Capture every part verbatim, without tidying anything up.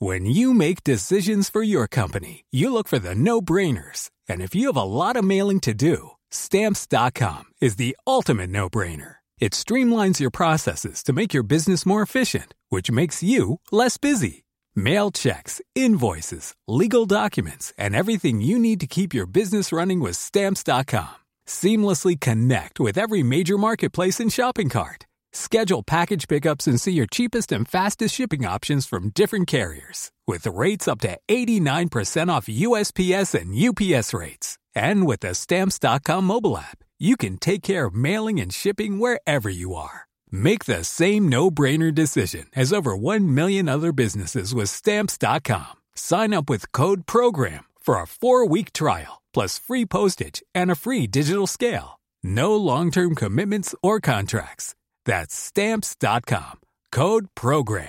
When you make decisions for your company, you look for the no-brainers. And if you have a lot of mailing to do, Stamps dot com is the ultimate no-brainer. It streamlines your processes to make your business more efficient, which makes you less busy. Mail checks, invoices, legal documents, and everything you need to keep your business running with Stamps dot com. Seamlessly connect with every major marketplace and shopping cart. Schedule package pickups and see your cheapest and fastest shipping options from different carriers. With rates up to eighty-nine percent off U S P S and U P S rates. And with the Stamps dot com mobile app, you can take care of mailing and shipping wherever you are. Make the same no-brainer decision as over one million other businesses with Stamps dot com. Sign up with code PROGRAM for a four-week trial, plus free postage and a free digital scale. No long-term commitments or contracts. That's Stamps dot com. Code PROGRAM.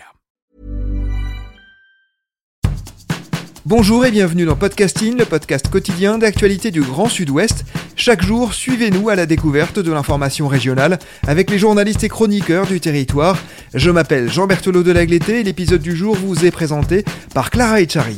Bonjour et bienvenue dans Podcasting, le podcast quotidien d'actualité du Grand Sud-Ouest. Chaque jour, suivez-nous à la découverte de l'information régionale avec les journalistes et chroniqueurs du territoire. Je m'appelle Jean Berthelot de Lagleté et l'épisode du jour vous est présenté par Clara Echari.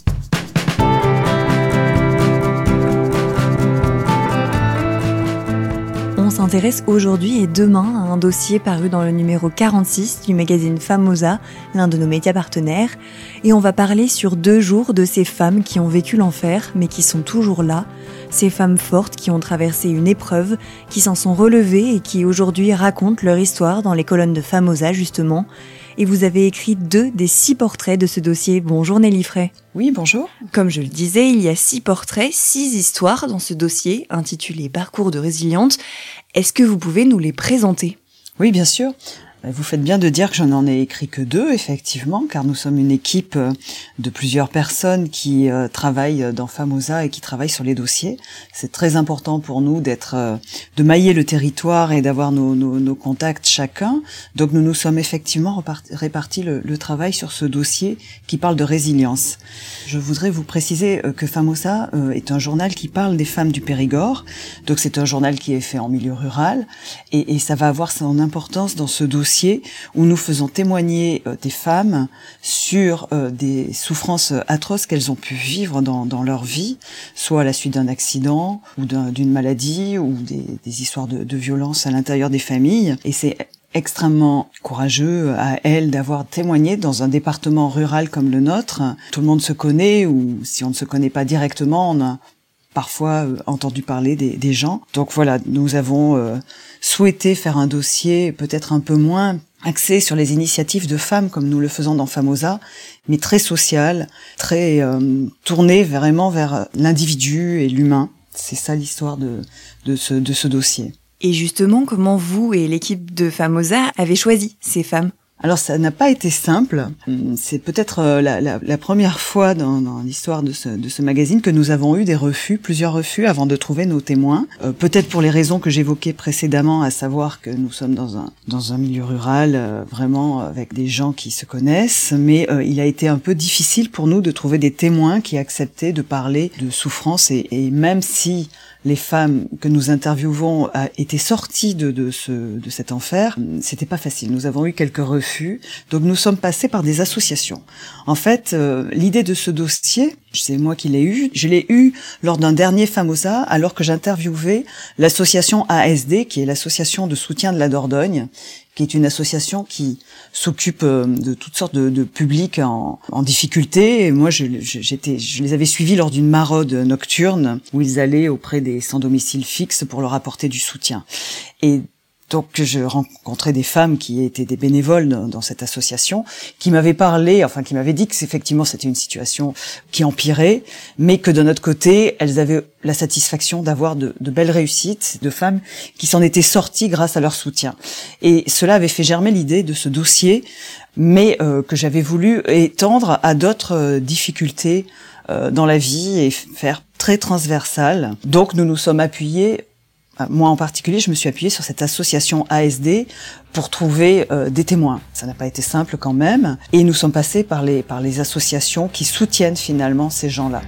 On s'intéresse aujourd'hui et demain à un dossier paru dans le numéro quarante-six du magazine Famosa, l'un de nos médias partenaires, et on va parler sur deux jours de ces femmes qui ont vécu l'enfer mais qui sont toujours là, ces femmes fortes qui ont traversé une épreuve, qui s'en sont relevées et qui aujourd'hui racontent leur histoire dans les colonnes de Famosa justement. Et vous avez écrit deux des six portraits de ce dossier. Bonjour Nelly Frey. Oui, bonjour. Comme je le disais, il y a six portraits, six histoires dans ce dossier intitulé « Parcours de résiliente ». Est-ce que vous pouvez nous les présenter ? Oui, bien sûr. Vous faites bien de dire que je n'en ai écrit que deux, effectivement, car nous sommes une équipe de plusieurs personnes qui euh, travaillent dans Famosa et qui travaillent sur les dossiers. C'est très important pour nous d'être, euh, de mailler le territoire et d'avoir nos, nos, nos contacts chacun. Donc nous nous sommes effectivement reparti, répartis le, le travail sur ce dossier qui parle de résilience. Je voudrais vous préciser que Famosa euh, est un journal qui parle des femmes du Périgord. Donc c'est un journal qui est fait en milieu rural et, et ça va avoir son importance dans ce dossier où nous faisons témoigner euh, des femmes sur euh, des souffrances atroces qu'elles ont pu vivre dans, dans leur vie, soit à la suite d'un accident ou d'un, d'une maladie ou des, des histoires de, de violence à l'intérieur des familles. Et c'est extrêmement courageux à elles d'avoir témoigné dans un département rural comme le nôtre. Tout le monde se connaît, ou si on ne se connaît pas directement, on a parfois euh, entendu parler des, des gens. Donc voilà, nous avons euh, souhaité faire un dossier peut-être un peu moins axé sur les initiatives de femmes comme nous le faisons dans Famosa, mais très social, très euh, tourné vraiment vers l'individu et l'humain. C'est ça l'histoire de, de, ce, de ce dossier. Et justement, comment vous et l'équipe de Famosa avez choisi ces femmes ? Alors ça n'a pas été simple. C'est peut-être la, la, la première fois dans, dans l'histoire de ce, de ce magazine que nous avons eu des refus, plusieurs refus avant de trouver nos témoins. Euh, peut-être pour les raisons que j'évoquais précédemment, à savoir que nous sommes dans un dans un milieu rural, euh, vraiment avec des gens qui se connaissent. Mais euh, il a été un peu difficile pour nous de trouver des témoins qui acceptaient de parler de souffrance et, et même si les femmes que nous interviewons a, étaient sorties de, de, ce, de cet enfer, c'était pas facile. Nous avons eu quelques refus, donc nous sommes passés par des associations. En fait, euh, l'idée de ce dossier, c'est moi qui l'ai eu, je l'ai eu lors d'un dernier Famosa, alors que j'interviewais l'association A S D, qui est l'association de soutien de la Dordogne, qui est une association qui s'occupe de toutes sortes de, de publics en, en difficulté. Et moi, je, j'étais, je les avais suivis lors d'une maraude nocturne où ils allaient auprès des sans domicile fixe pour leur apporter du soutien. Et donc, je rencontrais des femmes qui étaient des bénévoles dans, dans cette association, qui m'avaient parlé, enfin, qui m'avaient dit que effectivement c'était une situation qui empirait, mais que de notre côté, elles avaient la satisfaction d'avoir de, de belles réussites, de femmes qui s'en étaient sorties grâce à leur soutien. Et cela avait fait germer l'idée de ce dossier, mais euh, que j'avais voulu étendre à d'autres euh, difficultés euh, dans la vie et faire très transversal. Donc, nous nous sommes appuyés. Moi en particulier, je me suis appuyée sur cette association A S D pour trouver euh, des témoins. Ça n'a pas été simple quand même. Et nous sommes passés par les, par les associations qui soutiennent finalement ces gens-là.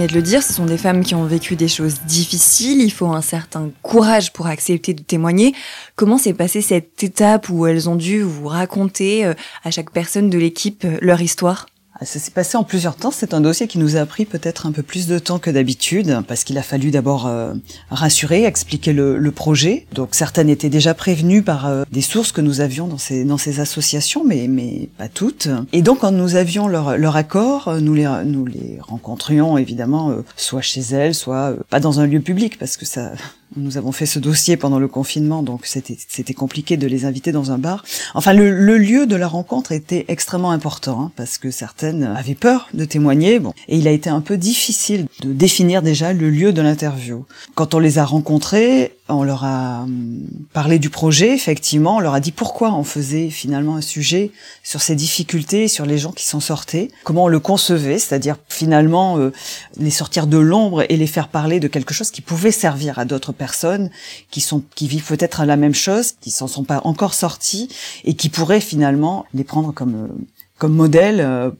venez de le dire, ce sont des femmes qui ont vécu des choses difficiles, il faut un certain courage pour accepter de témoigner. Comment s'est passée cette étape où elles ont dû vous raconter à chaque personne de l'équipe leur histoire ? Ça s'est passé en plusieurs temps. C'est un dossier qui nous a pris peut-être un peu plus de temps que d'habitude, parce qu'il a fallu d'abord euh, rassurer, expliquer le, le projet. Donc certaines étaient déjà prévenues par euh, des sources que nous avions dans ces, dans ces associations, mais, mais pas toutes. Et donc quand nous avions leur, leur accord, nous les, nous les rencontrions évidemment euh, soit chez elles, soit euh, pas dans un lieu public, parce que ça... Nous avons fait ce dossier pendant le confinement, donc c'était c'était compliqué de les inviter dans un bar. Enfin, le, le lieu de la rencontre était extrêmement important, hein, parce que certaines avaient peur de témoigner. Bon, et il a été un peu difficile de définir déjà le lieu de l'interview. Quand on les a rencontrées, on leur a parlé du projet, effectivement, on leur a dit pourquoi on faisait finalement un sujet sur ces difficultés, sur les gens qui s'en sortaient, comment on le concevait, c'est-à-dire finalement euh, les sortir de l'ombre et les faire parler de quelque chose qui pouvait servir à d'autres personnes. personnes qui sont qui vivent peut-être la même chose, qui s'en sont pas encore sorties et qui pourraient finalement les prendre comme comme modèle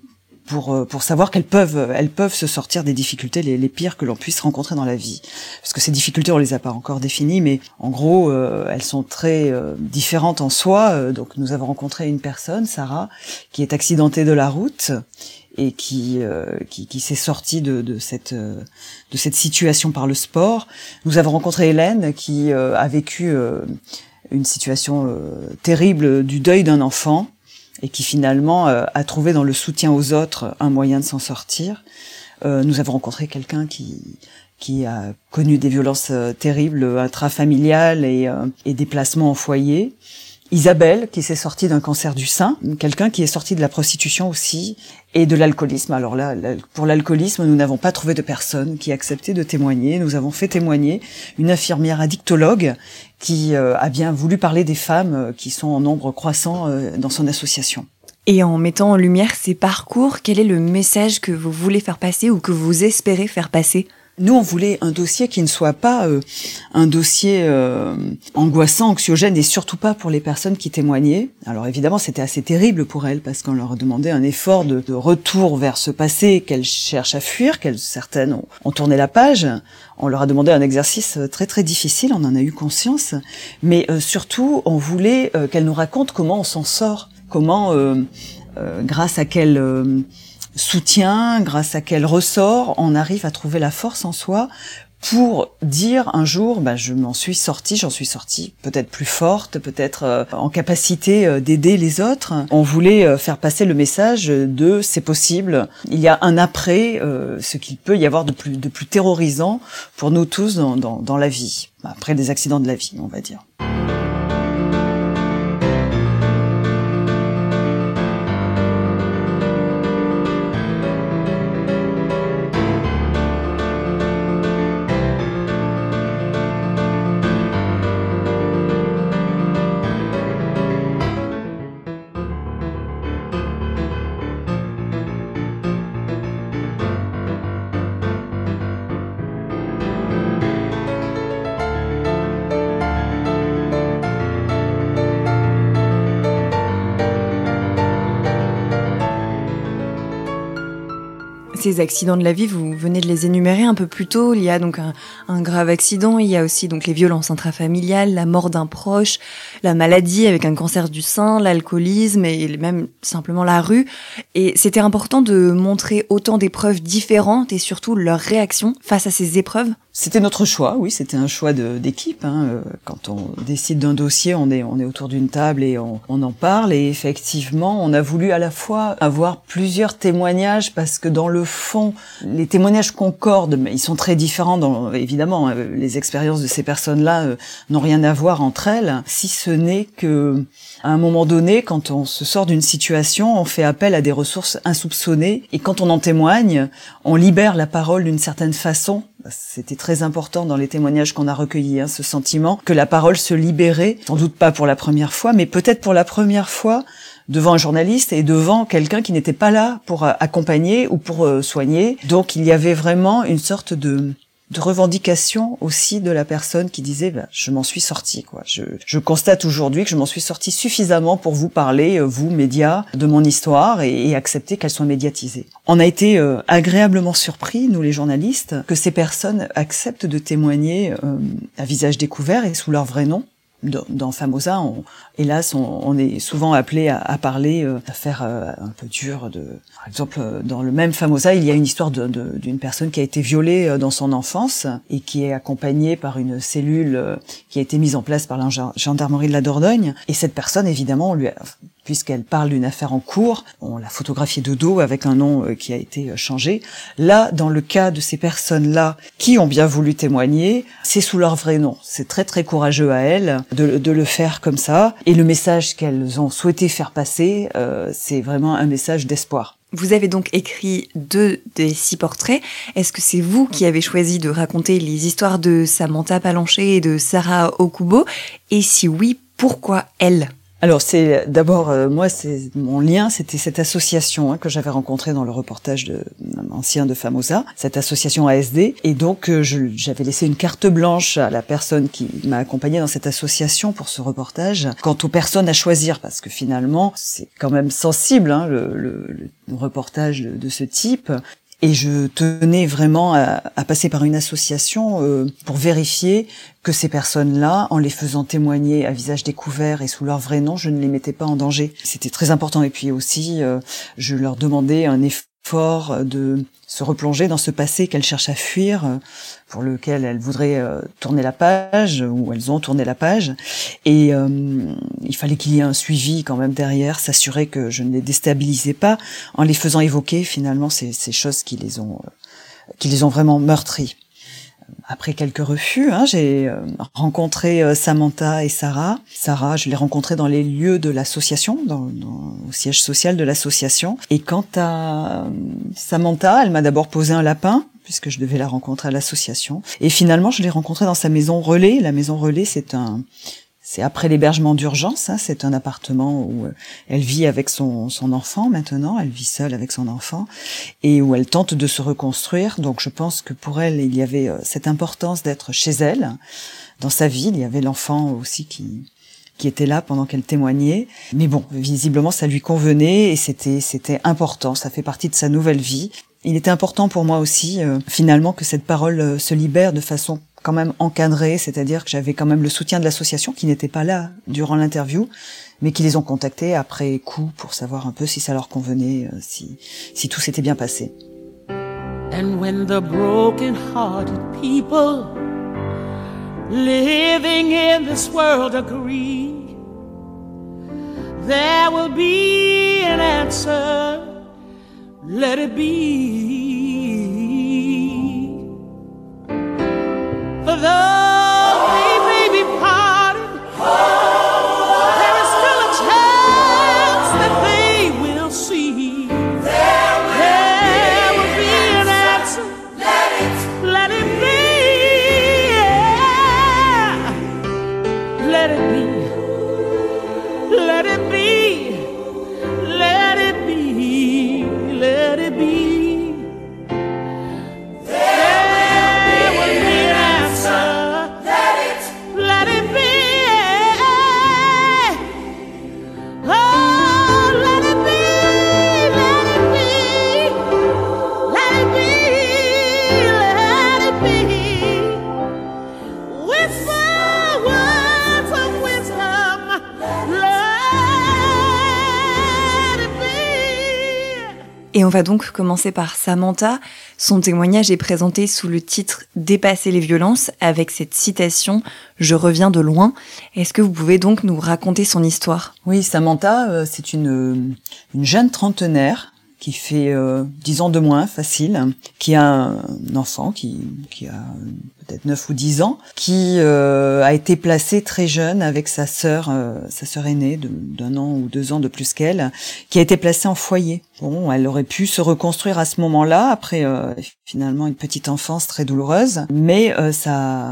pour pour savoir qu'elles peuvent elles peuvent se sortir des difficultés les, les pires que l'on puisse rencontrer dans la vie. Parce que ces difficultés on les a pas encore définies, mais en gros euh, elles sont très euh, différentes en soi. Donc nous avons rencontré une personne, Sarah, qui est accidentée de la route et qui euh, qui, qui s'est sortie de, de cette euh, de cette situation par le sport. Nous avons rencontré Hélène qui euh, a vécu euh, une situation euh, terrible du deuil d'un enfant et qui finalement euh, a trouvé dans le soutien aux autres un moyen de s'en sortir. Euh, nous avons rencontré quelqu'un qui qui a connu des violences euh, terribles intrafamiliales et euh, et des placements en foyer. Isabelle, qui s'est sortie d'un cancer du sein, quelqu'un qui est sorti de la prostitution aussi, et de l'alcoolisme. Alors là, pour l'alcoolisme, nous n'avons pas trouvé de personne qui acceptait de témoigner. Nous avons fait témoigner une infirmière addictologue qui euh, a bien voulu parler des femmes qui sont en nombre croissant euh, dans son association. Et en mettant en lumière ces parcours, quel est le message que vous voulez faire passer ou que vous espérez faire passer ? Nous, on voulait un dossier qui ne soit pas euh, un dossier euh, angoissant, anxiogène, et surtout pas pour les personnes qui témoignaient. Alors évidemment, c'était assez terrible pour elles, parce qu'on leur demandait un effort de, de retour vers ce passé qu'elles cherchent à fuir, qu'elles certaines ont, ont tourné la page. On leur a demandé un exercice très très difficile, on en a eu conscience. Mais euh, surtout, on voulait euh, qu'elles nous racontent comment on s'en sort, comment, euh, euh, grâce à quel... Euh, soutien, grâce à quel ressort on arrive à trouver la force en soi pour dire un jour, bah, je m'en suis sortie, j'en suis sortie peut-être plus forte, peut-être euh, en capacité euh, d'aider les autres. On voulait euh, faire passer le message de c'est possible, il y a un après, euh, ce qu'il peut y avoir de plus, de plus terrorisant pour nous tous dans, dans, dans la vie, après des accidents de la vie, on va dire. Ces accidents de la vie, vous venez de les énumérer un peu plus tôt. Il y a donc un, un grave accident, il y a aussi donc les violences intrafamiliales, la mort d'un proche, la maladie avec un cancer du sein, l'alcoolisme et même simplement la rue. Et c'était important de montrer autant d'épreuves différentes et surtout leurs réactions face à ces épreuves. C'était notre choix, oui, c'était un choix de, d'équipe. Hein. Quand on décide d'un dossier, on est, on est autour d'une table et on, on en parle. Et effectivement, on a voulu à la fois avoir plusieurs témoignages parce que dans le fond, les témoignages concordent, mais ils sont très différents. Dans, évidemment, les expériences de ces personnes-là euh, n'ont rien à voir entre elles, si ce n'est que à un moment donné, quand on se sort d'une situation, on fait appel à des ressources insoupçonnées. Et quand on en témoigne, on libère la parole d'une certaine façon. C'était très important dans les témoignages qu'on a recueillis, hein, ce sentiment que la parole se libérait, sans doute pas pour la première fois, mais peut-être pour la première fois devant un journaliste et devant quelqu'un qui n'était pas là pour accompagner ou pour soigner. Donc il y avait vraiment une sorte de de revendication aussi de la personne qui disait bah, je m'en suis sortie quoi. Je, je constate aujourd'hui que je m'en suis sortie suffisamment pour vous parler, vous médias, de mon histoire et, et accepter qu'elle soit médiatisée. On a été euh, agréablement surpris, nous les journalistes, que ces personnes acceptent de témoigner euh, à visage découvert et sous leur vrai nom. Dans Famosa, on, hélas, on, on est souvent appelé à, à parler euh, d'affaires euh, un peu dures. De, par exemple, dans le même Famosa, il y a une histoire de, de, d'une personne qui a été violée dans son enfance et qui est accompagnée par une cellule euh, qui a été mise en place par la gendarmerie de la Dordogne. Et cette personne, évidemment, on lui a, puisqu'elle parle d'une affaire en cours, on l'a photographiée de dos avec un nom euh, qui a été changé. Là, dans le cas de ces personnes-là qui ont bien voulu témoigner, c'est sous leur vrai nom. C'est très très courageux à elles de, de le faire comme ça. Et le message qu'elles ont souhaité faire passer, euh, c'est vraiment un message d'espoir. Vous avez donc écrit deux des six portraits. Est-ce que c'est vous qui avez choisi de raconter les histoires de Samantha Palancher et de Sarah Okubo? Et si oui, pourquoi elles? Alors c'est d'abord euh, moi c'est mon lien c'était cette association hein, que j'avais rencontrée dans le reportage de ancien de Famosa, cette association A S D et donc euh, je, j'avais laissé une carte blanche à la personne qui m'a accompagnée dans cette association pour ce reportage. Quant aux personnes à choisir parce que finalement c'est quand même sensible hein, le, le, le reportage de, de ce type. Et je tenais vraiment à, à passer par une association euh, pour vérifier que ces personnes-là, en les faisant témoigner à visage découvert et sous leur vrai nom, je ne les mettais pas en danger. C'était très important. Et puis aussi, euh, je leur demandais un effort de se replonger dans ce passé qu'elles cherchent à fuir, euh, pour lequel elles voudraient euh, tourner la page, ou elles ont tourné la page. Et euh, il fallait qu'il y ait un suivi quand même derrière, s'assurer que je ne les déstabilisais pas, en les faisant évoquer finalement ces, ces choses qui les ont, euh, qui les ont vraiment meurtries. Après quelques refus, hein, j'ai euh, rencontré euh, Samantha et Sarah. Sarah, je l'ai rencontrée dans les lieux de l'association, dans, dans, au siège social de l'association. Et quant à euh, Samantha, elle m'a d'abord posé un lapin, puisque je devais la rencontrer à l'association. Et finalement, je l'ai rencontrée dans sa maison relais. La maison relais, c'est un... C'est après l'hébergement d'urgence, hein, c'est un appartement où elle vit avec son, son enfant maintenant, elle vit seule avec son enfant, et où elle tente de se reconstruire. Donc je pense que pour elle, il y avait cette importance d'être chez elle, dans sa vie. Il y avait l'enfant aussi qui qui était là pendant qu'elle témoignait. Mais bon, visiblement, ça lui convenait et c'était c'était important, ça fait partie de sa nouvelle vie. Il était important pour moi aussi, euh, finalement, que cette parole euh, se libère de façon quand même encadrée, c'est-à-dire que j'avais quand même le soutien de l'association qui n'était pas là durant l'interview, mais qui les ont contactés après coup pour savoir un peu si ça leur convenait, euh, si si tout s'était bien passé. And when the broken-hearted people living in this world agree, there will be an answer. Let it be. For though we may be parted, there is still a chance that they will see. There will, there will be an answer. Let it, let it be. Yeah. Let it be. Let it be. Let it be. Let it be. Et on va donc commencer par Samantha. Son témoignage est présenté sous le titre « Dépasser les violences » avec cette citation « Je reviens de loin ». Est-ce que vous pouvez donc nous raconter son histoire ? Oui, Samantha, euh, c'est une, une jeune trentenaire qui fait euh, dix ans de moins, facile, qui a un enfant qui, qui a peut-être neuf ou dix ans, qui euh, a été placée très jeune avec sa sœur, euh, sa sœur aînée de, d'un an ou deux ans de plus qu'elle, qui a été placée en foyer. Bon, elle aurait pu se reconstruire à ce moment-là, après euh, finalement une petite enfance très douloureuse, mais euh, ça...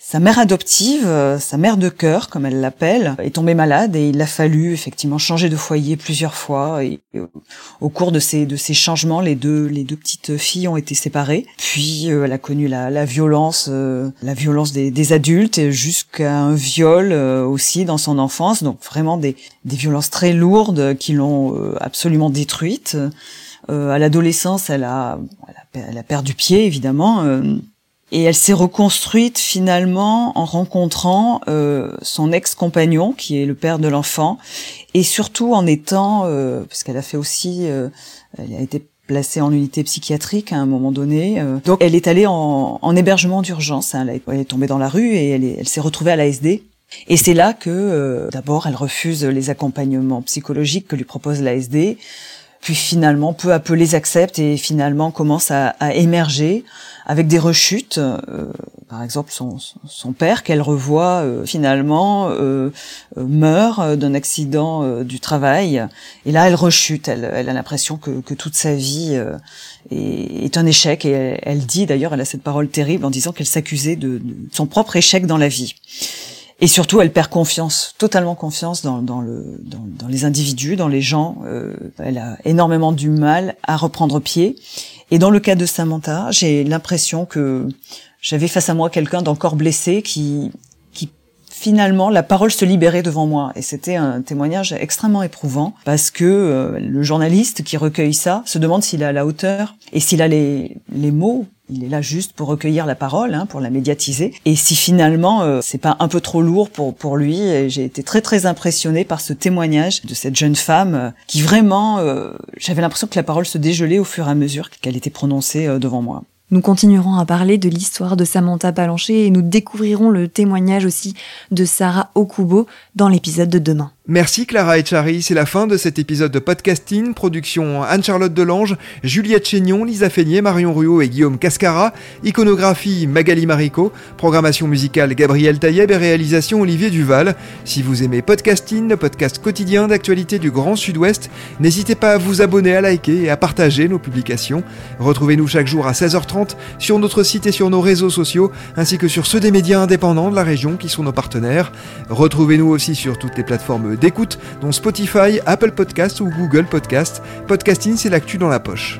Sa mère adoptive, euh, sa mère de cœur, comme elle l'appelle, est tombée malade et il a fallu effectivement changer de foyer plusieurs fois. Et, et au cours de ces de ces changements, les deux les deux petites filles ont été séparées. Puis euh, elle a connu la, la violence, euh, la violence des, des adultes, jusqu'à un viol euh, aussi dans son enfance. Donc vraiment des des violences très lourdes qui l'ont euh, absolument détruite. Euh, à l'adolescence, elle a elle a, elle a perdu pied évidemment. Euh, Et elle s'est reconstruite finalement en rencontrant euh, son ex-compagnon, qui est le père de l'enfant, et surtout en étant, euh, parce qu'elle a fait aussi, euh, elle a été placée en unité psychiatrique à un moment donné. Euh, donc elle est allée en, en hébergement d'urgence. Hein, elle, elle est tombée dans la rue et elle, est, elle s'est retrouvée à l'A S D. Et c'est là que, euh, d'abord, elle refuse les accompagnements psychologiques que lui propose l'A S D. Puis finalement, peu à peu, les accepte et finalement commence à, à émerger avec des rechutes. Euh, par exemple, son, son père, qu'elle revoit euh, finalement, euh, euh, meurt d'un accident euh, du travail. Et là, elle rechute. Elle, elle a l'impression que, que toute sa vie euh, est, est un échec. Et elle, elle dit, d'ailleurs, elle a cette parole terrible en disant qu'elle s'accusait de, de son propre échec dans la vie. Et surtout, elle perd confiance, totalement confiance dans, dans, le, dans, dans les individus, dans les gens. Euh, elle a énormément du mal à reprendre pied. Et dans le cas de Samantha, j'ai l'impression que j'avais face à moi quelqu'un d'encore blessé qui, qui finalement, la parole se libérait devant moi. Et c'était un témoignage extrêmement éprouvant parce que euh, le journaliste qui recueille ça se demande s'il est à la hauteur et s'il a les, les mots. Il est là juste pour recueillir la parole, hein, pour la médiatiser. Et si finalement euh, c'est pas un peu trop lourd pour pour lui, et j'ai été très très impressionnée par ce témoignage de cette jeune femme euh, qui vraiment, euh, j'avais l'impression que la parole se dégelait au fur et à mesure qu'elle était prononcée euh, devant moi. Nous continuerons à parler de l'histoire de Samantha Palancher et nous découvrirons le témoignage aussi de Sarah Okubo dans l'épisode de demain. Merci Clara Etchari, c'est la fin de cet épisode de Podcasting, production Anne-Charlotte Delange, Juliette Chénion, Lisa Feignet, Marion Ruot et Guillaume Cascara, iconographie Magali Marico, programmation musicale Gabriel Taïeb et réalisation Olivier Duval. Si vous aimez Podcasting, le podcast quotidien d'actualité du Grand Sud-Ouest, n'hésitez pas à vous abonner, à liker et à partager nos publications. Retrouvez-nous chaque jour à seize heures trente sur notre site et sur nos réseaux sociaux, ainsi que sur ceux des médias indépendants de la région qui sont nos partenaires. Retrouvez-nous aussi sur toutes les plateformes d'écoute, dont Spotify, Apple Podcasts ou Google Podcasts. Podcasting, c'est l'actu dans la poche.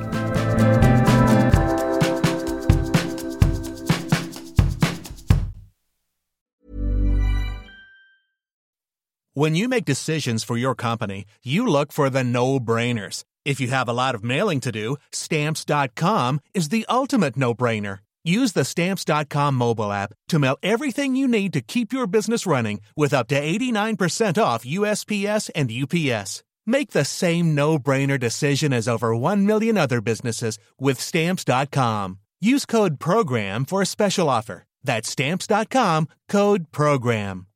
When you make decisions for your company, you look for the no-brainers. If you have a lot of mailing to do, Stamps dot com is the ultimate no-brainer. Use the Stamps dot com mobile app to mail everything you need to keep your business running with up to eighty-nine percent off U S P S and U P S. Make the same no-brainer decision as over one million other businesses with Stamps dot com. Use code PROGRAM for a special offer. That's Stamps dot com, code PROGRAM.